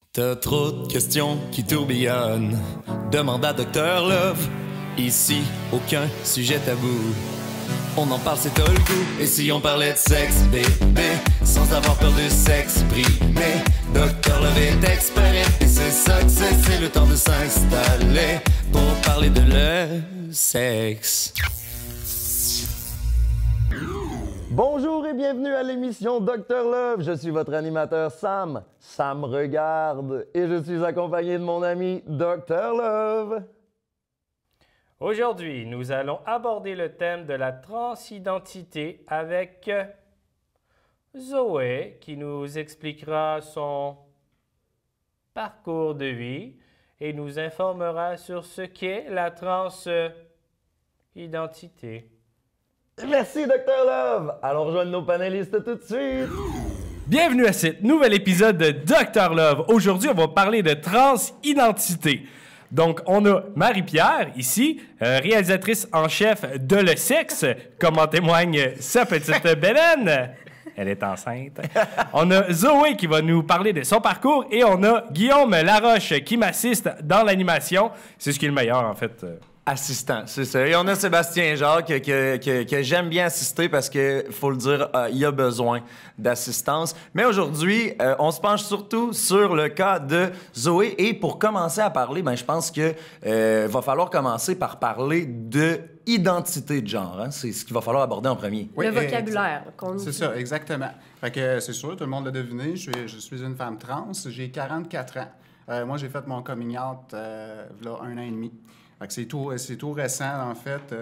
T'as trop de questions qui tourbillonnent. Demande à Dr Love. Ici, aucun sujet tabou. On en parle, c'est t'as le goût. Et si on parlait de sexe, bébé, sans avoir peur de s'exprimer. Dr Love est expert et c'est ça que c'est le temps de s'installer pour parler de le sexe. Bonjour et bienvenue à l'émission Dr Love. Je suis votre animateur Sam. Sam regarde et je suis accompagné de mon ami Dr Love. Aujourd'hui, nous allons aborder le thème de la transidentité avec Zoé qui nous expliquera son parcours de vie et nous informera sur ce qu'est la transidentité. Merci Dr Love. Allons rejoindre nos panélistes tout de suite. Bienvenue à ce nouvel épisode de Dr Love. Aujourd'hui, on va parler de transidentité. Donc, on a Marie-Pierre, ici, réalisatrice en chef de Le Sexe, comme en témoigne sa petite Bélène. Elle est enceinte. On a Zoé qui va nous parler de son parcours et on a Guillaume Laroche qui m'assiste dans l'animation. C'est ce qui est le meilleur, en fait. Assistant, c'est ça. Et on a Sébastien Jacques que j'aime bien assister parce que, faut le dire, il y a besoin d'assistance. Mais aujourd'hui, on se penche surtout sur le cas de Zoé. Et pour commencer à parler, je pense que va falloir commencer par parler de identité de genre. Hein? C'est ce qu'il va falloir aborder en premier. Oui, le vocabulaire qu'on C'est ça, exactement. Fait que c'est sûr, tout le monde l'a deviné, je suis une femme trans, j'ai 44 ans. Moi, j'ai fait mon coming out là, 1 an et demi. Fait que c'est tout récent, en fait,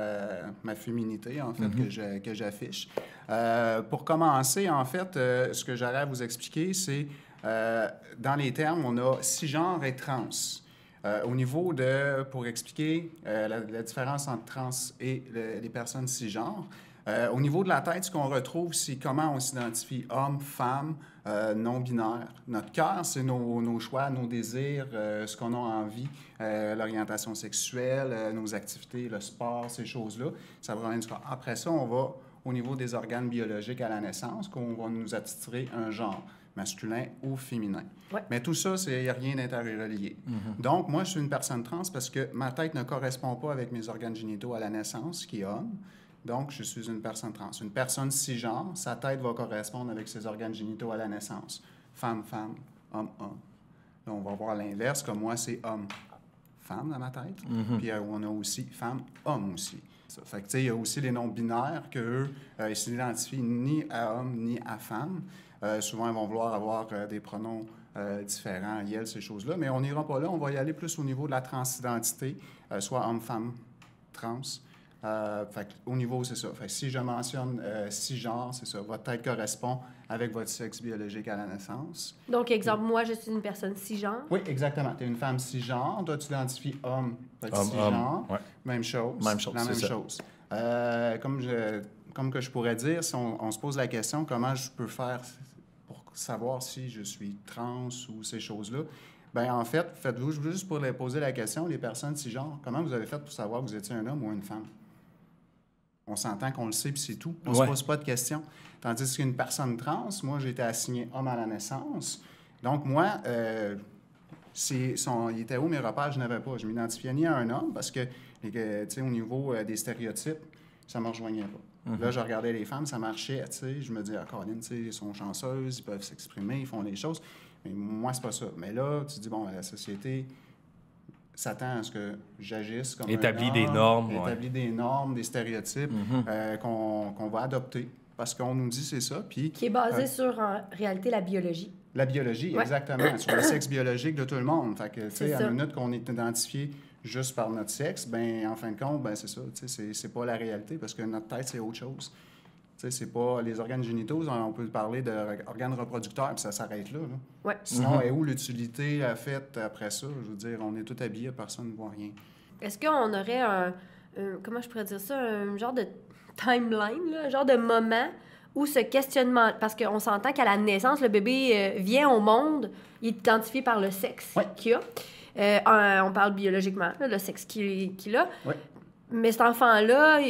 ma féminité, en fait, que j'affiche. Pour commencer, en fait, ce que j'aurais à vous expliquer, c'est, dans les termes, on a cisgenre et trans. Au niveau de, pour expliquer la différence entre trans et les personnes cisgenres, au niveau de la tête, ce qu'on retrouve, c'est comment on s'identifie homme, femme, non-binaire. Notre cœur, c'est nos choix, nos désirs, ce qu'on a envie, l'orientation sexuelle, nos activités, le sport, ces choses-là. Ça provient du corps. Après ça, on va au niveau des organes biologiques à la naissance, qu'on va nous attitrer un genre, masculin ou féminin. Ouais. Mais tout ça, c'est rien d'interrelié. Donc, moi, je suis une personne trans parce que ma tête ne correspond pas avec mes organes génitaux à la naissance, qui est homme. Donc, je suis une personne trans. Une personne cisgenre, sa tête va correspondre avec ses organes génitaux à la naissance. Femme, femme, homme, homme. Là, on va voir l'inverse, comme moi, c'est homme, femme dans ma tête. Puis on a aussi femme, homme aussi. Ça fait que, tu sais, il y a aussi les non-binaires qu'eux, ils ne s'identifient ni à homme ni à femme. Souvent, ils vont vouloir avoir des pronoms différents, elle, ces choses-là. Mais on n'ira pas là. On va y aller plus au niveau de la transidentité, soit homme, femme, trans. Au niveau, c'est ça. Fait que si je mentionne cisgenre, c'est ça. Votre tête correspond avec votre sexe biologique à la naissance. Donc, exemple, moi, je suis une personne cisgenre. Oui, exactement. Tu es une femme cisgenre. Toi, tu t'identifies homme. Cisgenre. Ouais. Même chose. Même chose, la même ça. chose. Comme que je pourrais dire, si on se pose la question, comment je peux faire pour savoir si je suis trans ou ces choses-là? Bien, en fait, faites-vous juste pour poser la question, les personnes cisgenres, comment vous avez fait pour savoir que vous étiez un homme ou une femme? On s'entend qu'on le sait, puis c'est tout. On ne se pose pas de questions. Tandis qu'une personne trans, moi, j'ai été assigné homme à la naissance. Donc, moi, il était où mes repères? Je n'avais pas. Je m'identifiais ni à un homme parce que, tu sais, au niveau des stéréotypes, ça ne me rejoignait pas. Là, je regardais les femmes, ça marchait, tu sais. Je me disais, Colin, tu sais, ils sont chanceuses, ils peuvent s'exprimer, ils font les choses. Mais moi, c'est pas ça. Mais là, tu te dis, bon, la société s'attend à ce que j'agisse comme établit un des normes. Établit des normes, des stéréotypes qu'on va adopter parce qu'on nous dit c'est ça. Puis, qui est basé sur, en réalité, la biologie. La biologie, exactement. Sur le sexe biologique de tout le monde. Fait que, tu sais, à la minute qu'on est identifié juste par notre sexe, ben en fin de compte, ben c'est ça. Tu sais, c'est pas la réalité parce que notre tête, c'est autre chose. Tu sais, c'est pas les organes génitaux, on peut parler d'organes reproducteurs, puis ça s'arrête là. Ouais. Sinon, est où l'utilité à faite après ça? Je veux dire, on est tout habillés, personne ne voit rien. Est-ce qu'on aurait comment je pourrais dire ça, un genre de timeline, là, un genre de moment où ce questionnement, parce qu'on s'entend qu'à la naissance, le bébé vient au monde, il est identifié par le sexe qu'il a. On parle biologiquement, là, le sexe qu'il a. Ouais. Mais cet enfant-là,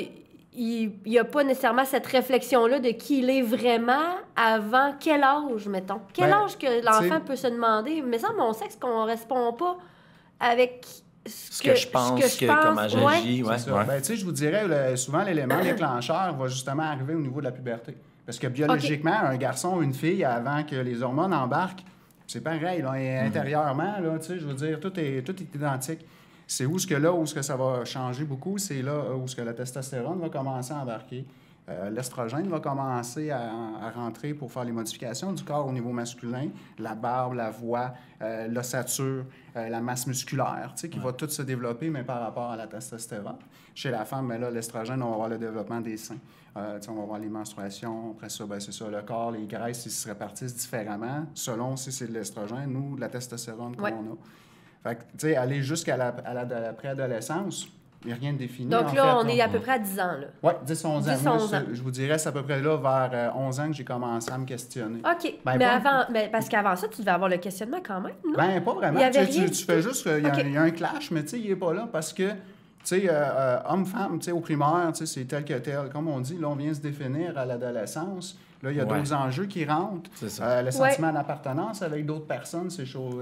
il n'y a pas nécessairement cette réflexion-là de qui il est vraiment avant quel âge, mettons. Quel âge que l'enfant peut se demander? Mais ça, mon sexe, qu'on ne répond pas avec ce que je pense, comment j'agis. Ouais. Ben, je vous dirais, souvent, l'élément déclencheur va justement arriver au niveau de la puberté. Parce que biologiquement, un garçon ou une fille, avant que les hormones embarquent, c'est pareil. Là, et intérieurement, là, je veux dire, tout est identique. C'est où ce que ça va changer beaucoup, c'est là où ce que la testostérone va commencer à embarquer. L'estrogène va commencer à rentrer pour faire les modifications du corps au niveau masculin, la barbe, la voix, l'ossature, la masse musculaire, qui va tout se développer, mais par rapport à la testostérone. Chez la femme, ben là, l'estrogène, on va avoir le développement des seins. On va voir les menstruations. Après ça, ben, c'est ça, le corps, les graisses, ils se répartissent différemment selon si c'est de l'estrogène ou de la testostérone qu'on a. Fait que, tu sais, aller jusqu'à la préadolescence, il n'y a rien de défini. Donc là, on est à peu près à 10 ans. Oui, 10-11 ans. 10, 11 ans. Je vous dirais, c'est à peu près là, vers 11 ans, que j'ai commencé à me questionner. OK. Mais parce qu'avant ça, tu devais avoir le questionnement quand même, non? Bien, pas vraiment. Tu fais juste qu'il y a un clash, mais tu sais, il n'est pas là parce que, tu sais, homme-femme, tu sais, au primaire, tu sais, c'est tel que tel. Comme on dit, là, on vient se définir à l'adolescence. Là, il y a d'autres enjeux qui rentrent. Le sentiment d'appartenance avec d'autres personnes, c'est chaud.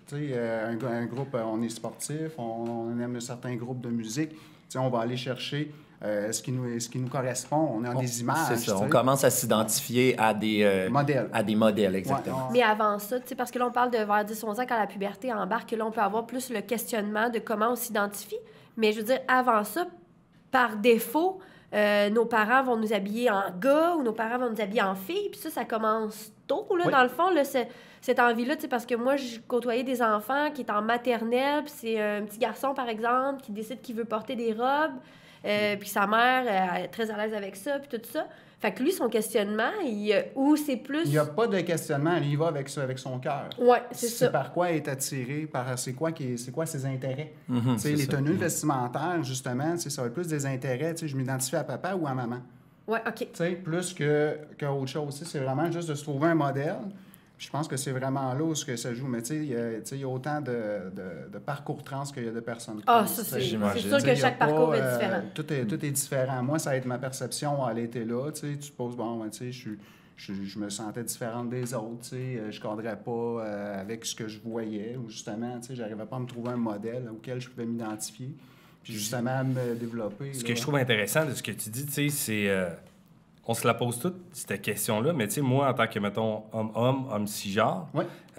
Un groupe, on est sportif, on aime un certain groupe de musique. On va aller chercher ce qui nous correspond. On a des images. C'est ça. On commence à s'identifier à des modèles. À des modèles, exactement. Mais avant ça, parce que là, on parle de vers 10-11 ans, quand la puberté embarque, là, on peut avoir plus le questionnement de comment on s'identifie. Mais je veux dire, avant ça, par défaut, nos parents vont nous habiller en gars ou nos parents vont nous habiller en filles. Puis ça commence tôt, là, dans le fond, là, cette envie-là. Parce que moi, je côtoyais des enfants qui étaient en maternelle, puis c'est un petit garçon, par exemple, qui décide qu'il veut porter des robes, puis sa mère est très à l'aise avec ça, puis tout ça. Fait que lui, son questionnement, ou c'est plus... Il n'y a pas de questionnement, il y va avec ça, avec son cœur. Oui, c'est ça. C'est par quoi il est attiré, c'est quoi ses intérêts. Les tenues vestimentaires, justement, ça va être plus des intérêts. Je m'identifie à papa ou à maman. Oui, OK. Plus qu'autre chose. C'est vraiment juste de se trouver un modèle. Je pense que c'est vraiment là où ça joue. Mais il y a autant de parcours trans qu'il y a de personnes trans. Ah, ça, c'est sûr que chaque parcours est différent. Tout est différent. Moi, ça va être ma perception, elle était là. Tu te poses, je me sentais différente des autres. Je ne cadrais pas avec ce que je voyais. Ou justement, je n'arrivais pas à me trouver un modèle auquel je pouvais m'identifier. Puis justement, à me développer. Ce que je trouve intéressant de ce que tu dis, c'est... on se la pose toute, cette question-là, mais tu sais, moi, en tant que, mettons, homme cisgenre,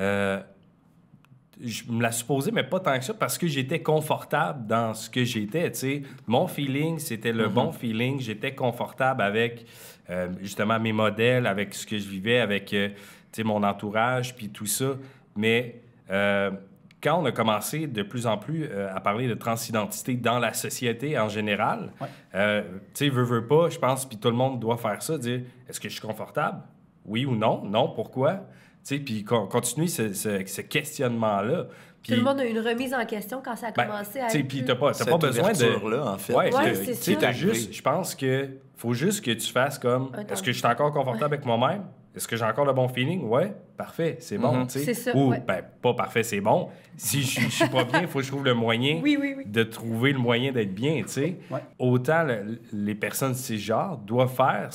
je me la suis posée, mais pas tant que ça, parce que j'étais confortable dans ce que j'étais, tu sais. Mon feeling, c'était le bon feeling. J'étais confortable avec, justement, mes modèles, avec ce que je vivais, avec, tu sais, mon entourage, puis tout ça. Mais quand on a commencé de plus en plus à parler de transidentité dans la société en général, tu sais, veux pas, je pense, puis tout le monde doit faire ça, dire, est-ce que je suis confortable? Oui ou non? Non, pourquoi? Tu sais, puis continuer ce questionnement-là. Puis, tout le monde a eu une remise en question quand ça a commencé à être... Puis t'as pas besoin de... là en fait. Ouais, c'est ça. Je pense que faut juste que tu fasses comme, est-ce que je suis encore confortable avec moi-même? Est-ce que j'ai encore le bon feeling? Ouais, parfait, c'est bon, tu sais. C'est ça, Ou, pas parfait, c'est bon. Si je suis pas bien, il faut que je trouve le moyen de trouver le moyen d'être bien, tu sais. Autant les personnes cisgenres doivent faire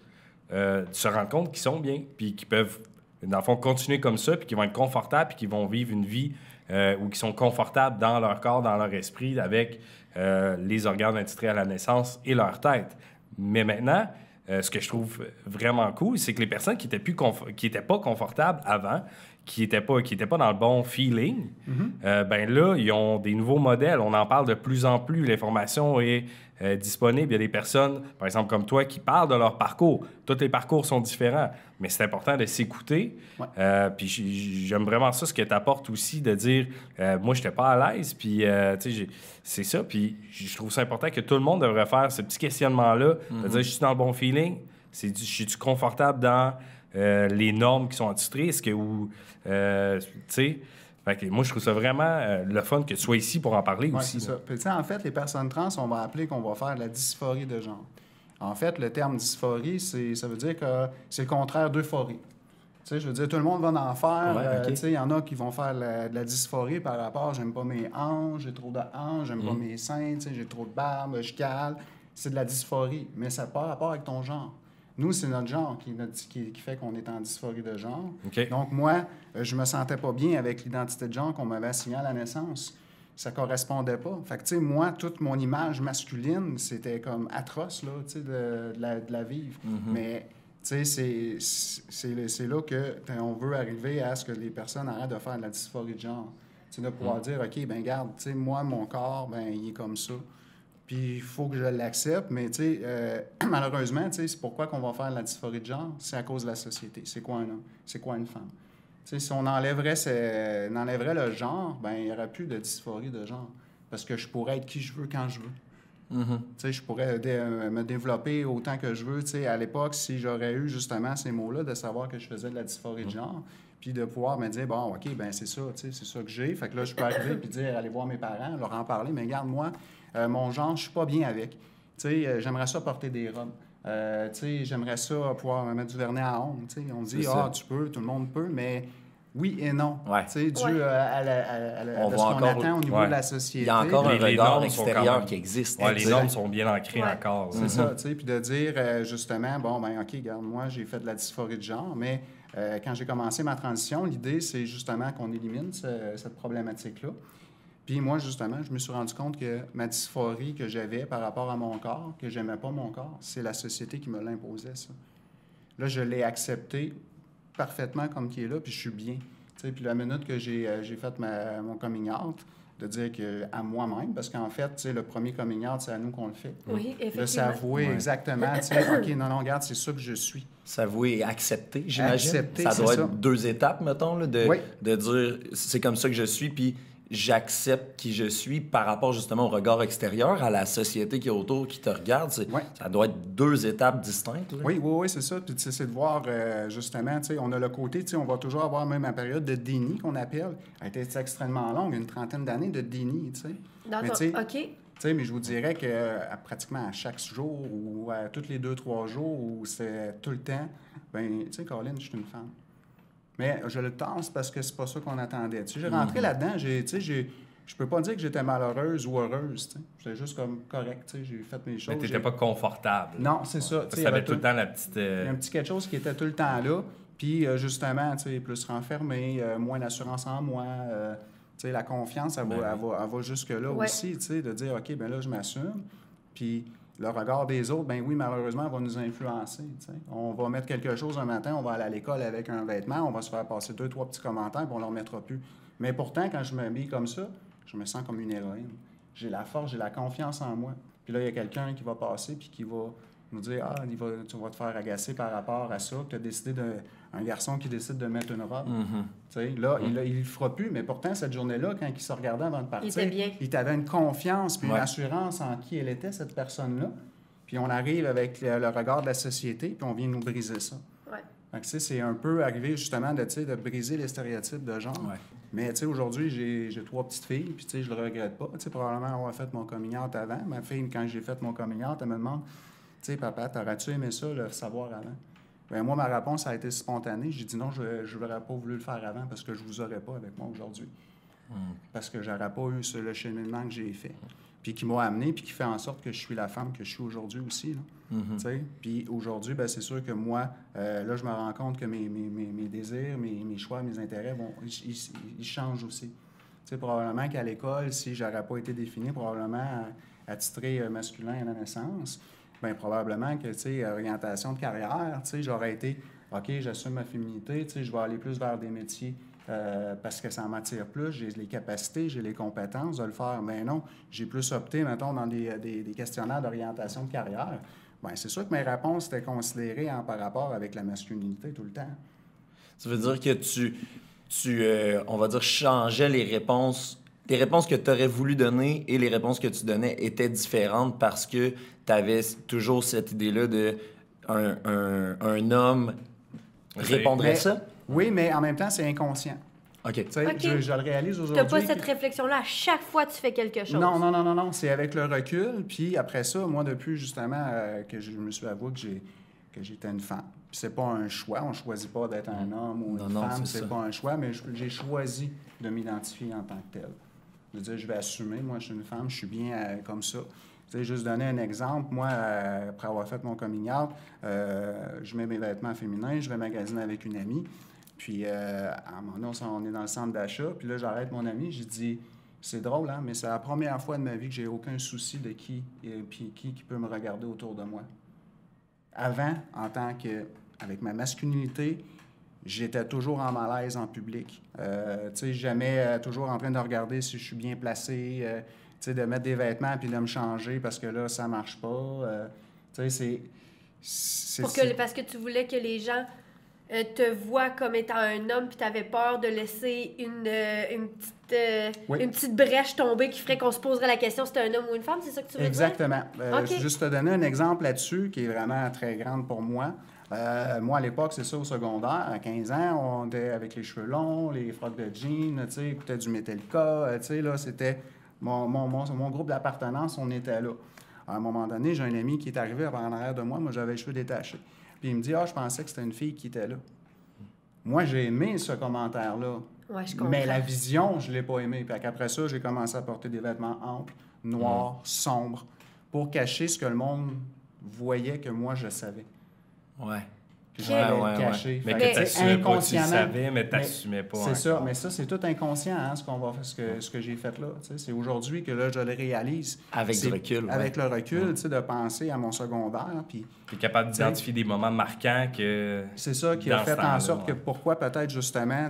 se rendre compte qu'ils sont bien, puis qu'ils peuvent, dans le fond, continuer comme ça, puis qu'ils vont être confortables, puis qu'ils vont vivre une vie où ils sont confortables dans leur corps, dans leur esprit, avec les organes attitrés à la naissance et leur tête. Mais maintenant... ce que je trouve vraiment cool, c'est que les personnes qui étaient pas confortables avant, qui étaient pas dans le bon feeling, ben là, ils ont des nouveaux modèles. On en parle de plus en plus. L'information est disponible. Il y a des personnes, par exemple comme toi, qui parlent de leur parcours. Tous les parcours sont différents, mais c'est important de s'écouter. Puis j'aime vraiment ça, ce que tu apportes aussi, de dire moi, je n'étais pas à l'aise, puis tu sais, c'est ça. Puis je trouve ça important que tout le monde devrait faire ce petit questionnement-là, de dire, je suis dans le bon feeling, je suis confortable dans les normes qui sont attitrées, est-ce que, tu sais... Fait que moi, je trouve ça vraiment le fun que tu sois ici pour en parler aussi. C'est ça. Puis, en fait, les personnes trans, on va appeler qu'on va faire de la dysphorie de genre. En fait, le terme dysphorie, ça veut dire que c'est le contraire d'euphorie. Je veux dire, tout le monde va en faire. Il y en a qui vont faire de la dysphorie par rapport, j'aime pas mes hanches, j'ai trop de hanches, j'aime pas mes seins, j'ai trop de barbe, je cale. c'est de la dysphorie, mais ça n'a pas rapport avec ton genre. Nous, c'est notre genre qui fait qu'on est en dysphorie de genre. OK. Donc, moi, je me sentais pas bien avec l'identité de genre qu'on m'avait assignée à la naissance. Ça correspondait pas. Fait que, tu sais, moi, toute mon image masculine, c'était comme atroce, là, tu sais, de la vivre. Mais, tu sais, c'est là qu'on veut arriver à ce que les personnes arrêtent de faire de la dysphorie de genre. Tu sais, de pouvoir dire, OK, ben garde, tu sais, moi, mon corps, ben il est comme ça. Puis il faut que je l'accepte, mais tu sais, malheureusement, tu sais, c'est pourquoi qu'on va faire de la dysphorie de genre? C'est à cause de la société. C'est quoi un homme? C'est quoi une femme? Tu sais, si on enlèverait le genre, ben il n'y aurait plus de dysphorie de genre. Parce que je pourrais être qui je veux quand je veux. Tu sais, je pourrais me développer autant que je veux. Tu sais, à l'époque, si j'aurais eu justement ces mots-là, de savoir que je faisais de la dysphorie de genre, puis de pouvoir me dire, bon, OK, ben c'est ça, tu sais, c'est ça que j'ai. Fait que là, je peux arriver puis dire, aller voir mes parents, leur en parler, mais regarde, moi, mon genre, je suis pas bien avec. Tu sais, j'aimerais ça porter des robes. Tu sais, j'aimerais ça pouvoir me mettre du vernis à ongles. Tu sais, on dit, tu peux, tout le monde peut, mais oui et non. Ouais. Tu sais, dû à ce qu'on attend au niveau de la société. Il y a encore un Les regard normes sont extérieur quand même- qui existe. Ouais, les normes sont bien ancrées Ouais. encore. C'est ça, tu sais, puis de dire justement, bon, ben OK, regarde, moi, j'ai fait de la dysphorie de genre, mais quand j'ai commencé ma transition, l'idée, c'est justement qu'on élimine cette problématique-là. Puis moi, justement, je me suis rendu compte que ma dysphorie que j'avais par rapport à mon corps, que j'aimais pas mon corps, c'est la société qui me l'imposait, ça. Là, je l'ai accepté parfaitement comme qui est là, puis je suis bien. Tu sais, puis la minute que j'ai fait mon coming out, de dire que à moi-même, parce qu'en fait, tu sais, le premier coming out, c'est à nous qu'on le fait. Oui, De effectivement. s'avouer exactement, tu sais, OK, non, regarde, c'est ça que je suis. S'avouer et accepter, j'imagine. Accepter, ça c'est doit ça. être 2 étapes, mettons, là, Oui. de dire c'est comme ça que je suis, puis j'accepte qui je suis par rapport justement au regard extérieur, à la société qui est autour, qui te regarde. Oui. Ça doit être 2 étapes distinctes. Là. Oui, c'est ça. Puis, tu sais, c'est de voir, justement, tu sais, on a le côté, tu sais, on va toujours avoir même une période de déni qu'on appelle. Elle a été extrêmement longue, une trentaine d'années de déni, tu sais. Dans Mais ton- tu sais, OK. Tu sais, mais je vous dirais que pratiquement à chaque jour ou à tous les 2-3 jours ou c'est tout le temps, ben tu sais, Colin, je suis une femme. Mais je le tasse parce que c'est pas ça qu'on attendait. Tu sais, j'ai rentré là-dedans, je peux pas dire que j'étais malheureuse ou heureuse, tu sais. J'étais juste comme correct, tu sais, j'ai fait mes choses. Mais t'étais pas confortable. Non, c'est ça. Parce que t'avais tout le temps la petite... Il y a un petit quelque chose qui était tout le temps là. Puis, justement, tu sais, plus renfermé, moins d'assurance en moi. Tu sais, la confiance, elle va jusque-là Ouais. aussi, tu sais, de dire, OK, ben là, je m'assume. Puis, le regard des autres, ben oui, malheureusement, va nous influencer, tu sais. On va mettre quelque chose un matin, on va aller à l'école avec un vêtement, on va se faire passer 2-3 petits commentaires, puis on ne le remettra plus. Mais pourtant, quand je m'habille comme ça, je me sens comme une héroïne. J'ai la force, j'ai la confiance en moi. Puis là, il y a quelqu'un qui va passer, puis qui va nous dire, tu vas te faire agacer par rapport à ça, que tu as décidé un garçon qui décide de mettre une robe. Tu sais, là, il ne le fera plus, mais pourtant, cette journée-là, quand il se regardait avant de partir, était bien. il t'avait une confiance puis une Ouais. assurance en qui elle était, cette personne-là. Puis on arrive avec le regard de la société, puis on vient nous briser ça. Ouais. Fait que, tu sais, c'est un peu arrivé justement de briser les stéréotypes de genre. Ouais. Mais tu sais, aujourd'hui, j'ai 3 petites filles, puis tu sais, je le regrette pas. Tu sais, probablement avoir fait mon coming out avant. Ma fille, quand j'ai fait mon coming out, elle me demande, tu sais, papa, t'aurais-tu aimé ça, le savoir avant? Bien, moi, ma réponse a été spontanée. J'ai dit non, je n'aurais pas voulu le faire avant parce que je vous aurais pas avec moi aujourd'hui. Parce que j'aurais pas eu le cheminement que j'ai fait. Puis qui m'a amené, puis qui fait en sorte que je suis la femme que je suis aujourd'hui aussi. Là. Tu sais? Puis aujourd'hui, ben, c'est sûr que moi, là, je me rends compte que mes désirs, mes choix, mes intérêts, ils changent aussi. Tu sais, probablement qu'à l'école, si j'aurais pas été défini, probablement attitré masculin à la naissance, bien, probablement que, tu sais, orientation de carrière, tu sais, j'aurais été, OK, j'assume ma féminité, tu sais, je vais aller plus vers des métiers parce que ça m'attire plus, j'ai les capacités, j'ai les compétences de le faire. Mais non, j'ai plus opté, mettons, dans des questionnaires d'orientation de carrière. Bien, c'est sûr que mes réponses étaient considérées par rapport avec la masculinité tout le temps. Ça veut dire que tu on va dire, changeais les réponses que tu aurais voulu donner et les réponses que tu donnais étaient différentes parce que tu avais toujours cette idée-là de un homme répondrait Mais- ça? Oui, mais en même temps, c'est inconscient. OK. Tu sais, OK. je le réalise Tu aujourd'hui. n'as pas cette réflexion-là à chaque fois que tu fais quelque chose. Non. C'est avec le recul. Puis après ça, moi, depuis justement que je me suis avoué que j'étais une femme. Puis c'est pas un choix. On ne choisit pas d'être un homme ou une femme. c'est C'est ça. pas un choix. Mais j'ai choisi de m'identifier en tant que tel. De dire, je vais assumer. Moi, je suis une femme. Je suis bien comme ça. Tu sais, juste donner un exemple, moi, après avoir fait mon coming out, je mets mes vêtements féminins, je vais magasiner avec une amie, puis à un moment donné, on est dans le centre d'achat, puis là, j'arrête mon ami, j'ai dit, c'est drôle, hein, mais c'est la première fois de ma vie que j'ai aucun souci de qui peut me regarder autour de moi. Avant, en tant que, avec ma masculinité, j'étais toujours en malaise en public. Tu sais, jamais toujours en train de regarder si je suis bien placé, tu sais, de mettre des vêtements puis de me changer parce que là, ça marche pas. Tu sais, parce que tu voulais que les gens te voient comme étant un homme puis tu avais peur de laisser une petite brèche tomber qui ferait qu'on se poserait la question si c'était un homme ou une femme, c'est ça que tu veux Exactement. dire? Okay. Juste te donner un exemple là-dessus qui est vraiment très grande pour moi. Moi, à l'époque, c'est ça, au secondaire, à 15 ans, on était avec les cheveux longs, les frocs de jeans, tu sais, écoutait du Metallica, tu sais, là, c'était mon groupe d'appartenance, on était là. À un moment donné, j'ai un ami qui est arrivé en arrière de moi, j'avais les cheveux détachés. Puis il me dit, je pensais que c'était une fille qui était là. Moi, j'ai aimé ce commentaire-là. Ouais, je comprends. Mais la vision, je ne l'ai pas aimé. Puis après ça, j'ai commencé à porter des vêtements amples, noirs, sombres, pour cacher ce que le monde voyait que moi, je savais. Ouais. Puis je voulais le cacher. Mais Fait que tu n'assumais pas, tu le inconsciemment, savais, mais tu n'assumais pas. C'est ça, mais ça, c'est tout inconscient, hein, ce que j'ai fait là. C'est aujourd'hui que là, je le réalise. Avec du recul. Avec le recul, de penser à mon secondaire. Puis tu es capable d'identifier des moments marquants que... C'est ça qui a fait en sorte que pourquoi peut-être justement,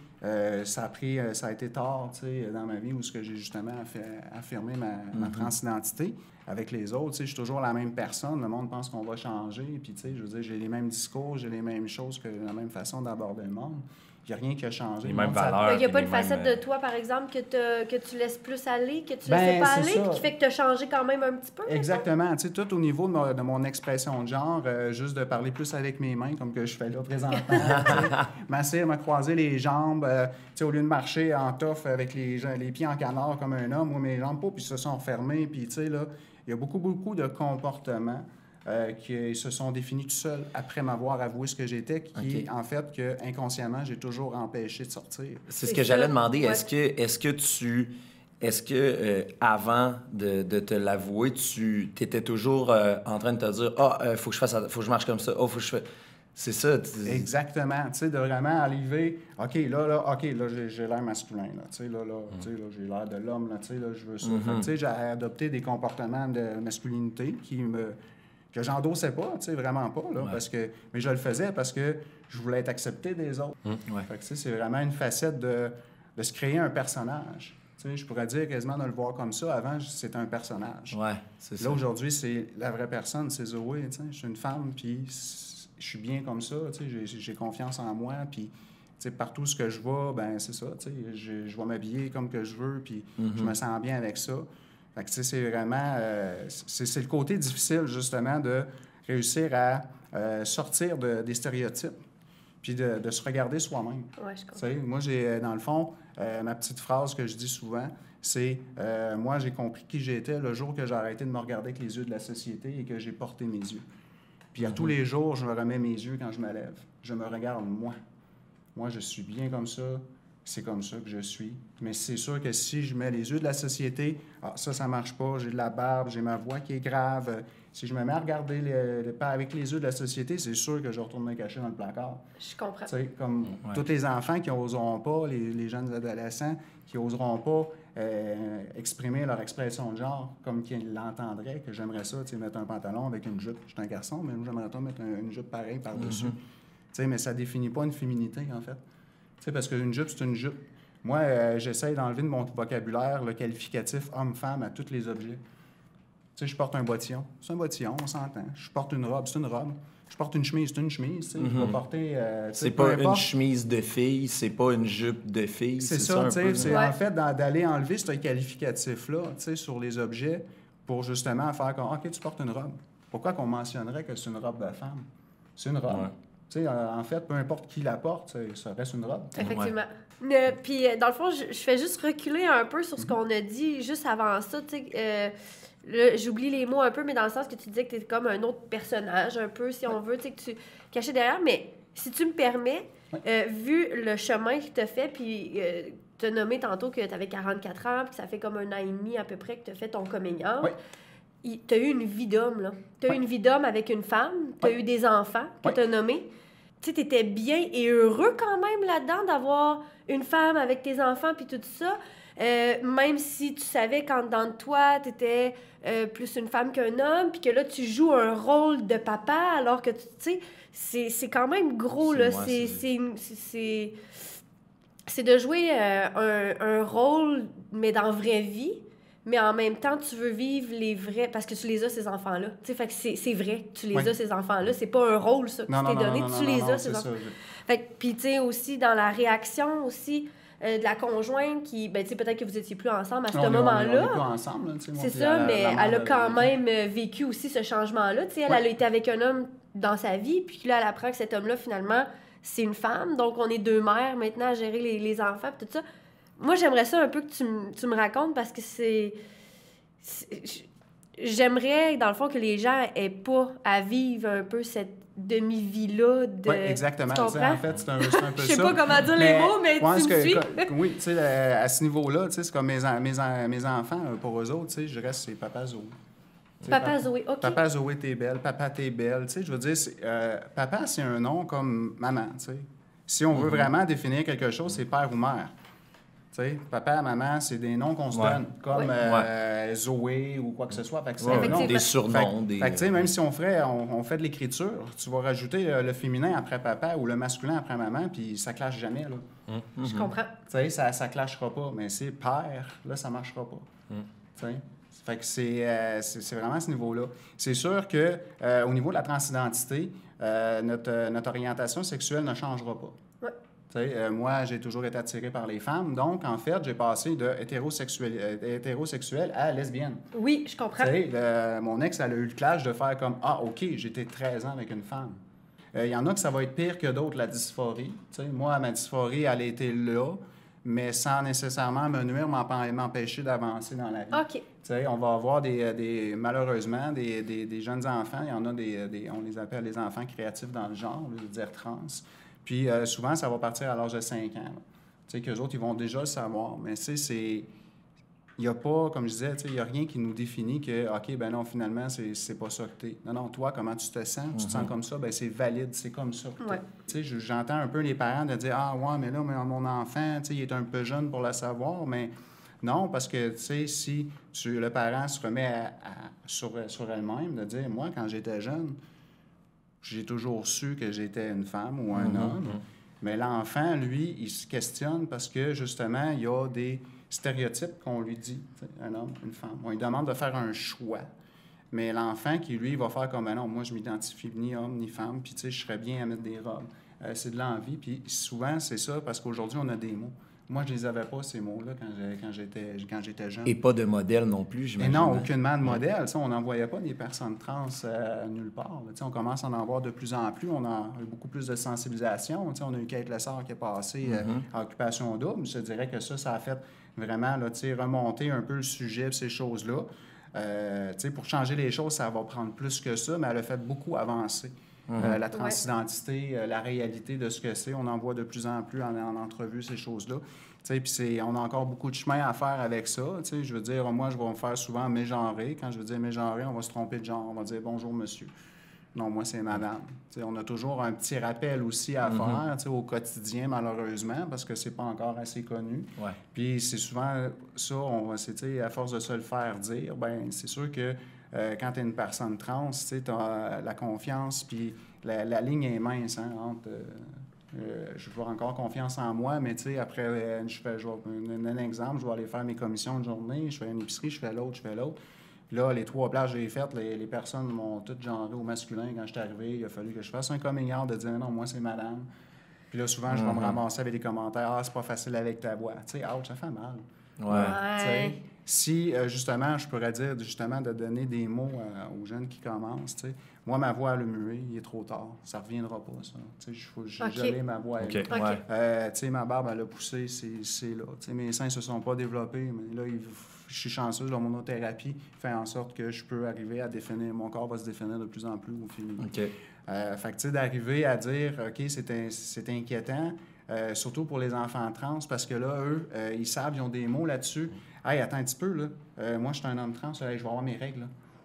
ça a été tard dans ma vie où j'ai justement affirmé ma transidentité. Avec les autres, je suis toujours la même personne. Le monde pense qu'on va changer. Puis, je veux dire, j'ai les mêmes discours, j'ai les mêmes choses, la même façon d'aborder le monde. Il n'y a rien qui a changé. Les mêmes valeurs. Il n'y a pas une facette de toi, par exemple, que tu laisses plus aller, que tu ne laissais pas aller, puis qui fait que tu as changé quand même un petit peu? Exactement. Tout au niveau de mon expression de genre, juste de parler plus avec mes mains, comme que je fais là présentement. M'asseoir, me croiser les jambes, au lieu de marcher en toffe avec les pieds en canard comme un homme, ou mes jambes pas, puis se sont fermées, puis là, il y a beaucoup de comportements qui se sont définis tout seuls après m'avoir avoué ce que j'étais, en fait, que inconsciemment, j'ai toujours empêché de sortir. C'est ce que j'allais demander. Ouais. Est-ce que avant de te l'avouer, tu étais toujours en train de te dire faut que je marche comme ça, faut que je fasse... C'est ça. Exactement. Tu sais, de vraiment arriver, OK, là, j'ai l'air masculin, là. Tu sais, là, j'ai l'air de l'homme, là. Tu sais, là, je veux ça. Fait que, tu sais, j'ai adopté des comportements de masculinité que j'endossais pas, tu sais, vraiment pas, là. Mais je le faisais parce que je voulais être accepté des autres. Fait que, tu sais, c'est vraiment une facette de se créer un personnage. Tu sais, je pourrais dire quasiment de le voir comme ça. Avant, c'était un personnage. Ouais, c'est ça. Là, aujourd'hui, c'est la vraie personne, c'est Zoé, tu sais. Je suis une femme, puis je suis bien comme ça, tu sais, j'ai confiance en moi, puis tu sais, partout ce que je vais, ben c'est ça, tu sais, je vais m'habiller comme que je veux, puis je me sens bien avec ça. Fait que tu sais, c'est vraiment, c'est le côté difficile, justement, de réussir à sortir des stéréotypes, puis de se regarder soi-même. Ouais, je comprends. Tu sais, moi, j'ai, dans le fond, ma petite phrase que je dis souvent, c'est moi, j'ai compris qui j'étais le jour que j'ai arrêté de me regarder avec les yeux de la société et que j'ai porté mes yeux. Puis à tous les jours, je me remets mes yeux quand je me lève. Je me regarde moi. Moi, je suis bien comme ça. C'est comme ça que je suis. Mais c'est sûr que si je mets les yeux de la société, ça marche pas, j'ai de la barbe, j'ai ma voix qui est grave. Si je me mets à regarder avec les yeux de la société, c'est sûr que je retourne me cacher dans le placard. Je comprends. Tu sais, comme tous les enfants qui n'oseront pas, les jeunes adolescents qui n'oseront pas exprimer leur expression de genre comme qu'ils l'entendraient, que j'aimerais ça, tu sais, mettre un pantalon avec une jupe. Je suis un garçon, mais j'aimerais pas mettre une jupe pareille par-dessus. Tu sais, mais ça définit pas une féminité, en fait. Tu sais, parce qu'une jupe, c'est une jupe. Moi, j'essaie d'enlever de mon vocabulaire le qualificatif homme-femme à tous les objets. Tu sais, je porte un bottillon. C'est un bottillon, on s'entend. Je porte une robe, c'est une robe. Je porte une chemise, c'est une chemise. Tu sais, je vais porter... c'est pas une chemise de fille, c'est pas une jupe de fille. C'est ça, tu sais. C'est en fait d'aller enlever ce qualificatif-là, tu sais, sur les objets pour justement faire comme, OK, tu portes une robe. Pourquoi qu'on mentionnerait que c'est une robe de femme? C'est une robe. Ouais. Tu sais, en fait, peu importe qui la porte, ça reste une robe. Effectivement. Puis, dans le fond, je fais juste reculer un peu sur ce qu'on a dit juste avant ça. Tu sais, là, j'oublie les mots un peu, mais dans le sens que tu disais que tu es comme un autre personnage, un peu, si on veut, tu sais, que tu cachais derrière. Mais si tu me permets, vu le chemin que tu as fait, puis tu as nommé tantôt que tu avais 44 ans, puis que ça fait comme 1 an et demi à peu près que tu as fait ton coming out. tu as eu une vie d'homme, là. Tu as eu une vie d'homme avec une femme, tu as eu des enfants que tu as nommés. Tu sais, tu étais bien et heureux quand même là-dedans d'avoir une femme avec tes enfants puis tout ça. Même si tu savais qu'en dedans de toi, tu étais plus une femme qu'un homme, puis que là, tu joues un rôle de papa, alors que, tu sais, c'est quand même gros, là. C'est de jouer un rôle, mais dans la vraie vie, mais en même temps, tu veux vivre les vrais... Parce que tu les as, ces enfants-là. Tu sais, fait que c'est vrai que tu les as, ces enfants-là. C'est pas un rôle, ça, que tu t'es donné. Tu les as, ces enfants. Fait que, puis, tu sais, aussi, dans la réaction, aussi... de la conjointe qui, ben, tu sais, peut-être que vous étiez plus ensemble à ce moment-là. On est plus ensemble, tu sais. C'est ça, mais elle a quand même vécu aussi ce changement-là. Tu sais, elle a été avec un homme dans sa vie, puis là, elle apprend que cet homme-là, finalement, c'est une femme. Donc, on est deux mères maintenant à gérer les enfants, puis tout ça. Moi, j'aimerais ça un peu que tu me racontes parce que j'aimerais, dans le fond, que les gens aient pas à vivre un peu cette demi-vie-là de... Oui, exactement. Tu comprends? En fait, c'est un peu ça. Je sais pas comment dire les mots, mais tu me suis. Oui, tu sais, à ce niveau-là, tu sais, c'est comme mes enfants, pour eux autres, tu sais, je reste, c'est Papa Zoé. Papa Zoé, OK. Papa Zoé, t'es belle. Papa, t'es belle. Tu sais, je veux dire, papa, c'est un nom comme maman, tu sais. Si on veut vraiment définir quelque chose, c'est père ou mère. Tu sais, papa, maman, c'est des noms qu'on se donne, comme Zoé ou quoi que ce soit. Fait que c'est des surnoms. Fait que, tu sais, même si on fait de l'écriture, tu vas rajouter le féminin après papa ou le masculin après maman, puis ça clash jamais, là. Je comprends. Tu sais, ça clashera pas. Mais c'est père, là, ça marchera pas. Tu sais? Fait que c'est vraiment à ce niveau-là. C'est sûr que au niveau de la transidentité, notre orientation sexuelle ne changera pas. Moi, j'ai toujours été attiré par les femmes. Donc, en fait, j'ai passé de hétérosexuel à lesbienne. Oui, je comprends. Mon ex, elle a eu le clash de faire comme « Ah, OK, j'étais 13 ans avec une femme. » Il y en a que ça va être pire que d'autres, la dysphorie. Moi, ma dysphorie, elle a été là, mais sans nécessairement me nuire, m'empêcher d'avancer dans la vie. OK. On va avoir malheureusement des jeunes enfants. Il y en a on les appelle les enfants créatifs dans le genre, je veux dire trans. Puis souvent, ça va partir à l'âge de 5 ans. Tu sais, qu'eux autres, ils vont déjà le savoir. Mais tu sais, il n'y a pas, comme je disais, il n'y a rien qui nous définit que, OK, ben non, finalement, c'est pas ça que t'es. Non, toi, comment tu te sens? Tu te sens comme ça? Ben c'est valide, c'est comme ça que t'es. Tu sais, j'entends un peu les parents de dire, ah, ouais, mais là, mon enfant, tu sais, il est un peu jeune pour le savoir, mais non, parce que, tu sais, si le parent se remet sur elle-même, de dire, moi, quand j'étais jeune, j'ai toujours su que j'étais une femme ou un homme. Mais l'enfant, lui, il se questionne parce que, justement, il y a des stéréotypes qu'on lui dit, un homme, une femme. On lui demande de faire un choix. Mais l'enfant qui, lui, va faire comme, non, moi, je m'identifie ni homme ni femme, puis, tu sais, je serais bien à mettre des robes. C'est de l'envie. Puis souvent, c'est ça, parce qu'aujourd'hui, on a des mots. Moi, je les avais pas, ces mots-là, quand j'étais jeune. Et pas de modèle non plus, j'imagine. Et non, aucunement de modèle. On n'en voyait pas des personnes trans nulle part. On commence à en voir de plus en plus. On a eu beaucoup plus de sensibilisation. On a eu Kate Lessard qui est passée à Occupation Double. Je te dirais que ça a fait vraiment là, remonter un peu le sujet, ces choses-là. Pour changer les choses, ça va prendre plus que ça, mais elle a fait beaucoup avancer. La transidentité, la réalité de ce que c'est. On en voit de plus en plus en entrevue ces choses-là. Puis on a encore beaucoup de chemin à faire avec ça. Je veux dire, moi, je vais me faire souvent mégenrer. Quand je veux dire mégenrer, on va se tromper de genre. On va dire « Bonjour, monsieur ». Non, moi, c'est madame. On a toujours un petit rappel aussi à faire au quotidien, malheureusement, parce que c'est pas encore assez connu. Puis c'est souvent ça, à force de se le faire dire, ben c'est sûr que quand tu es une personne trans, tu as la confiance, puis la ligne est mince entre... je veux encore confiance en moi, mais après, je vais donner un exemple, je vais aller faire mes commissions de journée, je fais une épicerie, je fais l'autre. Puis là, les 3 plages que j'ai faites, les personnes m'ont toutes genré au masculin quand je suis arrivé. Il a fallu que je fasse un coming out de dire non, moi, c'est madame. Puis là, souvent, je vais me ramasser avec des commentaires. Ah, c'est pas facile avec ta voix. Tu sais, ouch, ça fait mal. Si, justement, je pourrais dire, justement, de donner des mots aux jeunes qui commencent, tu sais. Moi, ma voix, elle a mué, il est trop tard. Ça reviendra pas, ça. Tu sais, j'ai gelé ma voix. Tu sais, ma barbe, elle a poussé, c'est là. Tu sais, mes seins se sont pas développés, mais là, je suis chanceux, la monothérapie fait en sorte que je peux arriver à définir, mon corps va se définir de plus en plus au féminin. Fait que, tu sais, d'arriver à dire, OK, c'est inquiétant, surtout pour les enfants trans, parce que là, eux, ils savent, ils ont des mots là-dessus. Hey, attends un petit peu, là. Moi, je suis un homme trans, je vais avoir mes règles, là.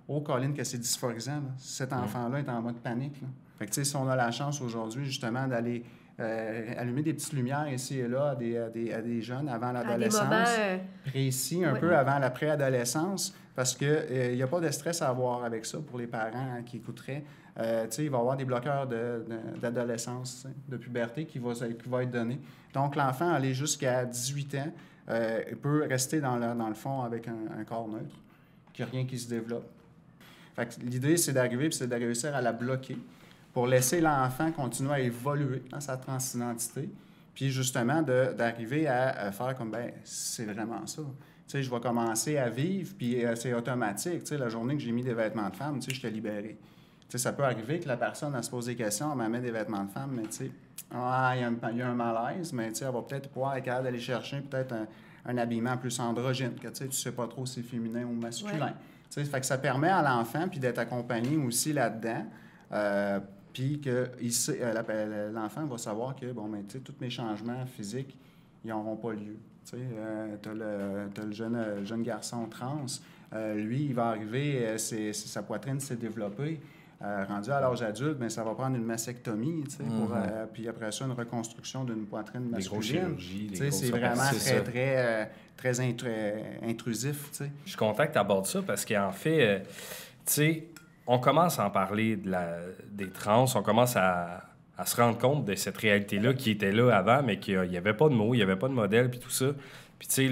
Oh, Colin, que c'est dysphorisant. Là. Cet enfant-là est en mode panique. Là. Fait que, tu sais, si on a la chance aujourd'hui, justement, d'aller allumer des petites lumières ici et là à des jeunes avant l'adolescence, précis, un peu avant la préadolescence, parce qu'il n'y a pas de stress à avoir avec ça pour les parents qui écouteraient. Tu sais, il va y avoir des bloqueurs d'adolescence, de puberté qui va être donné. Donc, l'enfant, aller jusqu'à 18 ans, il peut rester dans le fond avec un corps neutre, qu'il n'y a rien qui se développe. Fait que l'idée, c'est d'arriver, puis c'est de réussir à la bloquer pour laisser l'enfant continuer à évoluer dans sa transidentité, puis justement d'arriver à faire comme, ben c'est vraiment ça. Tu sais, je vais commencer à vivre, puis c'est automatique. Tu sais, la journée que j'ai mis des vêtements de femme, tu sais, je t'ai libéré. Tu sais, ça peut arriver que la personne, elle se pose des questions, elle met des vêtements de femme, mais tu sais, il y a un malaise, mais tu sais, elle va peut-être pouvoir être capable d'aller chercher peut-être un habillement plus androgyne, que tu sais pas trop si c'est féminin ou masculin. Ouais. Tu sais, fait que ça permet à l'enfant, puis d'être accompagné aussi là-dedans, puis que l'enfant va savoir que, bon, ben, tu sais, tous mes changements physiques, ils n'auront pas lieu. Tu sais, t'as le jeune garçon trans, lui, il va arriver, sa poitrine s'est développée. Rendu à l'âge adulte, bien, ça va prendre une mastectomie, tu sais, puis après ça, une reconstruction d'une poitrine masculine. C'est vraiment très intrusif. Tu sais. Je suis content que tu abordes ça parce qu'en fait, tu sais, on commence à en parler des trans, on commence à se rendre compte de cette réalité-là qui était là avant, mais qu'il n'y avait pas de mots, il n'y avait pas de modèle, puis tout ça. Puis tu sais,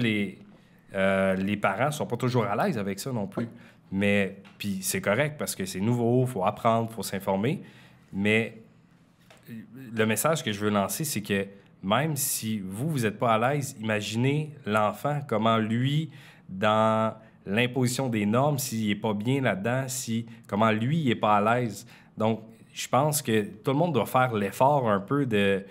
les parents ne sont pas toujours à l'aise avec ça non plus. Oui. Mais, puis c'est correct parce que c'est nouveau, il faut apprendre, il faut s'informer. Mais le message que je veux lancer, c'est que même si vous n'êtes pas à l'aise, imaginez l'enfant, comment lui, dans l'imposition des normes, s'il n'est pas bien là-dedans, comment lui, il n'est pas à l'aise. Donc, je pense que tout le monde doit faire l'effort un peu de...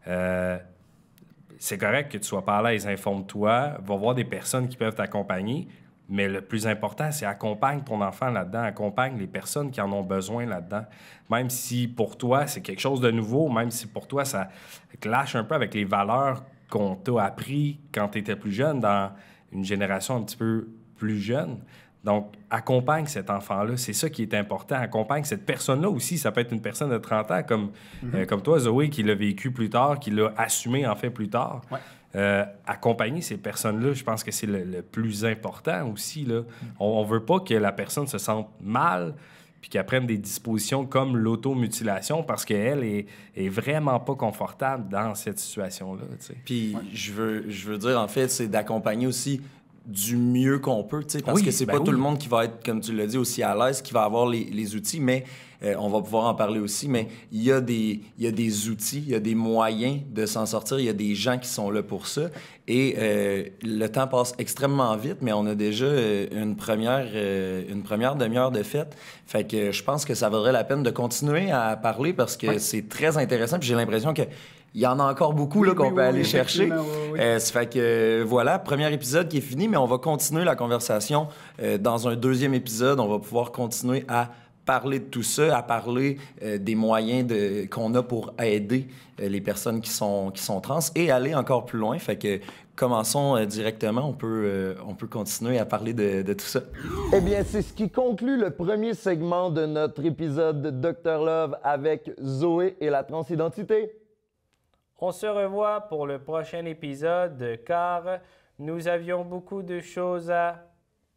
c'est correct que tu ne sois pas à l'aise, informe-toi, va voir des personnes qui peuvent t'accompagner. Mais le plus important, c'est accompagne ton enfant là-dedans, accompagne les personnes qui en ont besoin là-dedans. Même si pour toi, c'est quelque chose de nouveau, même si pour toi, ça clash un peu avec les valeurs qu'on t'a appris quand tu étais plus jeune, dans une génération un petit peu plus jeune. Donc, accompagne cet enfant-là. C'est ça qui est important. Accompagne cette personne-là aussi. Ça peut être une personne de 30 ans, comme toi, Zoé, qui l'a vécu plus tard, qui l'a assumé, en fait, plus tard. Ouais. Accompagner ces personnes-là, je pense que c'est le plus important aussi. Là. On ne veut pas que la personne se sente mal puis qu'elle prenne des dispositions comme l'automutilation parce qu'elle est vraiment pas confortable dans cette situation-là. Puis je veux dire, en fait, c'est d'accompagner aussi du mieux qu'on peut, parce que c'est pas tout le monde qui va être, comme tu l'as dit, aussi à l'aise, qui va avoir les outils, mais on va pouvoir en parler aussi, mais il y a des outils, il y a des moyens de s'en sortir, il y a des gens qui sont là pour ça, et le temps passe extrêmement vite, mais on a déjà une première demi-heure de fête, fait que je pense que ça vaudrait la peine de continuer à parler parce que c'est très intéressant, puis j'ai l'impression que il y en a encore beaucoup qu'on peut aller chercher. Ça fait que voilà, premier épisode qui est fini, mais on va continuer la conversation dans un deuxième épisode. On va pouvoir continuer à parler de tout ça, à parler des moyens qu'on a pour aider les personnes qui sont trans et aller encore plus loin. Fait que commençons directement. On peut continuer à parler de tout ça. Eh bien, c'est ce qui conclut le premier segment de notre épisode de Dr Love avec Zoé et la transidentité. On se revoit pour le prochain épisode car nous avions beaucoup de choses à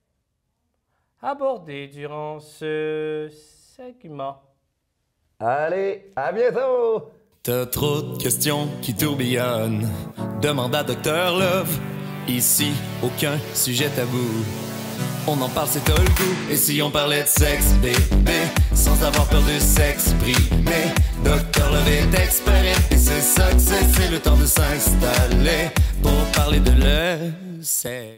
aborder durant ce segment. Allez, à bientôt! T'as trop de questions qui tourbillonnent. Demande à Dr Love. Ici, aucun sujet tabou. On en parle, c'est t'as le goût. Et si on parlait de sexe, bébé, sans avoir peur de s'exprimer, Dr Love est expert. Et c'est ça que c'est le temps de s'installer pour parler de le sexe.